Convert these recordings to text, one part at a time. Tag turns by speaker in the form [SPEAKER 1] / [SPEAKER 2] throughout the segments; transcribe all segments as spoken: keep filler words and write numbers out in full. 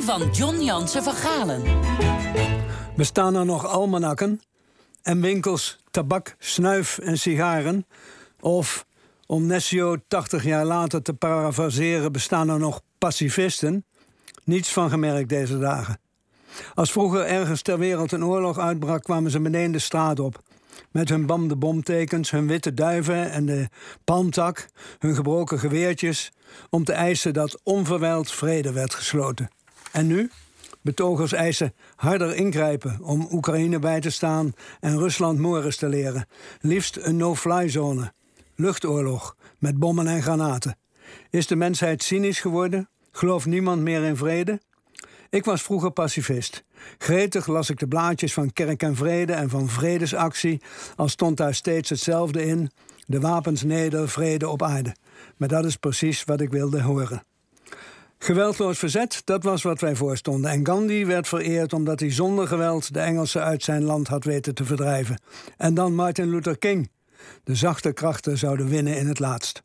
[SPEAKER 1] van John Jansen van Galen.
[SPEAKER 2] Bestaan er nog almanakken en winkels tabak, snuif en sigaren? Of, om Nessio tachtig jaar later te parafraseren, bestaan er nog pacifisten? Niets van gemerkt deze dagen. Als vroeger ergens ter wereld een oorlog uitbrak, kwamen ze meteen de straat op. Met hun bam de bomtekens, hun witte duiven en de palmtak, hun gebroken geweertjes, om te eisen dat onverwijld vrede werd gesloten. En nu? Betogers eisen harder ingrijpen om Oekraïne bij te staan en Rusland mores te leren. Liefst een no-fly-zone. Luchtoorlog met bommen en granaten. Is de mensheid cynisch geworden? Gelooft niemand meer in vrede? Ik was vroeger pacifist. Gretig las ik de blaadjes van Kerk en Vrede en van Vredesactie, al stond daar steeds hetzelfde in: de wapens neder, vrede op aarde. Maar dat is precies wat ik wilde horen. Geweldloos verzet, dat was wat wij voorstonden. En Gandhi werd vereerd omdat hij zonder geweld de Engelsen uit zijn land had weten te verdrijven. En dan Martin Luther King. De zachte krachten zouden winnen in het laatst.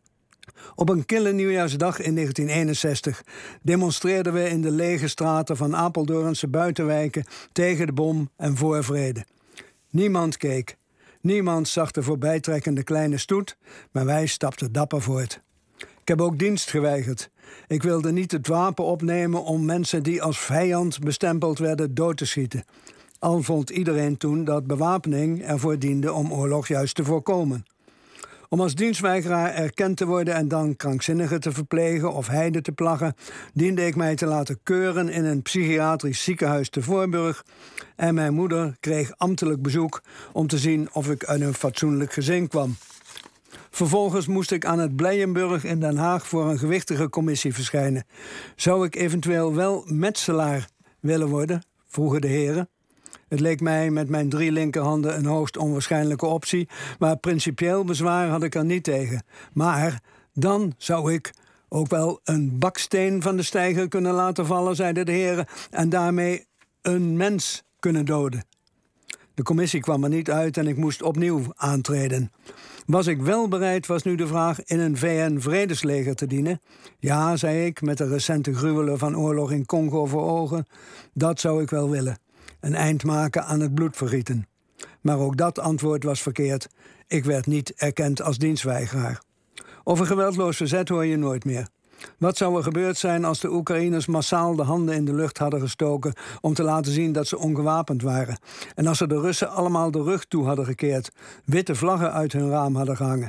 [SPEAKER 2] Op een kille nieuwjaarsdag in negentien eenenzestig demonstreerden we in de lege straten van Apeldoornse buitenwijken tegen de bom en voor vrede. Niemand keek. Niemand zag de voorbijtrekkende kleine stoet, maar wij stapten dapper voort. Ik heb ook dienst geweigerd. Ik wilde niet het wapen opnemen om mensen die als vijand bestempeld werden dood te schieten. Al vond iedereen toen dat bewapening ervoor diende om oorlog juist te voorkomen. Om als dienstweigeraar erkend te worden en dan krankzinnigen te verplegen of heiden te plaggen, diende ik mij te laten keuren in een psychiatrisch ziekenhuis te Voorburg. En mijn moeder kreeg ambtelijk bezoek om te zien of ik uit een fatsoenlijk gezin kwam. Vervolgens moest ik aan het Blijenburg in Den Haag voor een gewichtige commissie verschijnen. Zou ik eventueel wel metselaar willen worden? Vroegen de heren. Het leek mij met mijn drie linkerhanden een hoogst onwaarschijnlijke optie, maar principieel bezwaar had ik er niet tegen. Maar dan zou ik ook wel een baksteen van de steiger kunnen laten vallen, zeiden de heren, en daarmee een mens kunnen doden. De commissie kwam er niet uit en ik moest opnieuw aantreden. Was ik wel bereid, was nu de vraag, in een V N-vredesleger te dienen? Ja, zei ik, met de recente gruwelen van oorlog in Congo voor ogen. Dat zou ik wel willen. Een eind maken aan het bloedvergieten. Maar ook dat antwoord was verkeerd. Ik werd niet erkend als dienstweigeraar. Over geweldloos verzet hoor je nooit meer. Wat zou er gebeurd zijn als de Oekraïners massaal de handen in de lucht hadden gestoken om te laten zien dat ze ongewapend waren? En als ze de Russen allemaal de rug toe hadden gekeerd, witte vlaggen uit hun raam hadden gehangen?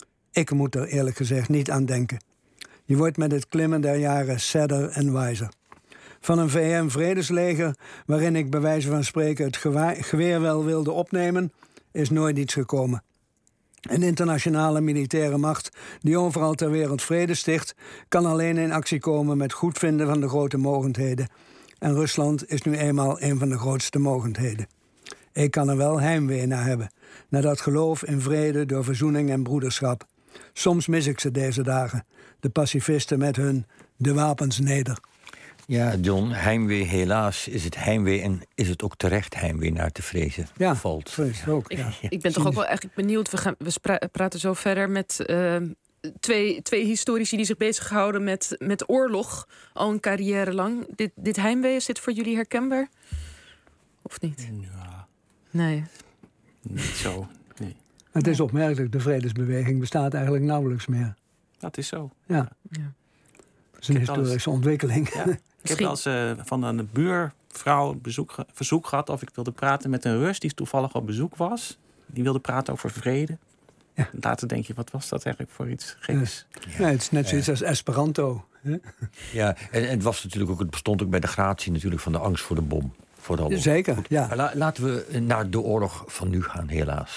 [SPEAKER 2] Ik moet er eerlijk gezegd niet aan denken. Je wordt met het klimmen der jaren sadder en wijzer. Van een V N-vredesleger, waarin ik bij wijze van spreken het geweer wel wilde opnemen, is nooit iets gekomen. Een internationale militaire macht die overal ter wereld vrede sticht, kan alleen in actie komen met goedvinden van de grote mogendheden. En Rusland is nu eenmaal een van de grootste mogendheden. Ik kan er wel heimwee naar hebben, naar dat geloof in vrede door verzoening en broederschap. Soms mis ik ze deze dagen, de pacifisten met hun de wapens neder.
[SPEAKER 3] Ja, John, heimwee helaas is het heimwee en is het ook terecht heimwee naar te vrezen.
[SPEAKER 2] Ja,
[SPEAKER 3] valt.
[SPEAKER 2] vrees ook. Ja.
[SPEAKER 4] Ik, ik ben toch ook wel eigenlijk benieuwd. We, gaan, we spra- praten zo verder met uh, twee, twee historici die zich bezighouden met, met oorlog al een carrière lang. Dit, dit heimwee, is dit voor jullie herkenbaar? Of niet?
[SPEAKER 5] Ja.
[SPEAKER 4] Nee.
[SPEAKER 5] Niet zo, nee.
[SPEAKER 2] Het is opmerkelijk, de vredesbeweging bestaat eigenlijk nauwelijks meer.
[SPEAKER 5] Dat is zo.
[SPEAKER 2] Ja.
[SPEAKER 4] Ja.
[SPEAKER 2] Dat is een historische
[SPEAKER 5] alles,
[SPEAKER 2] ontwikkeling.
[SPEAKER 5] Ja. Ik heb wel eens uh, van een buurvrouw bezoek, verzoek gehad of ik wilde praten met een Rus die toevallig op bezoek was. Die wilde praten over vrede. Ja. Later denk je, wat was dat eigenlijk voor iets geks?
[SPEAKER 2] Ja. Ja, het is net zoiets als Esperanto. Hè?
[SPEAKER 3] Ja, en, en het was natuurlijk ook, het bestond ook bij de gratie natuurlijk van de angst voor de bom. Vooral
[SPEAKER 2] Zeker, ja.
[SPEAKER 3] La, laten we naar de oorlog van nu gaan, helaas.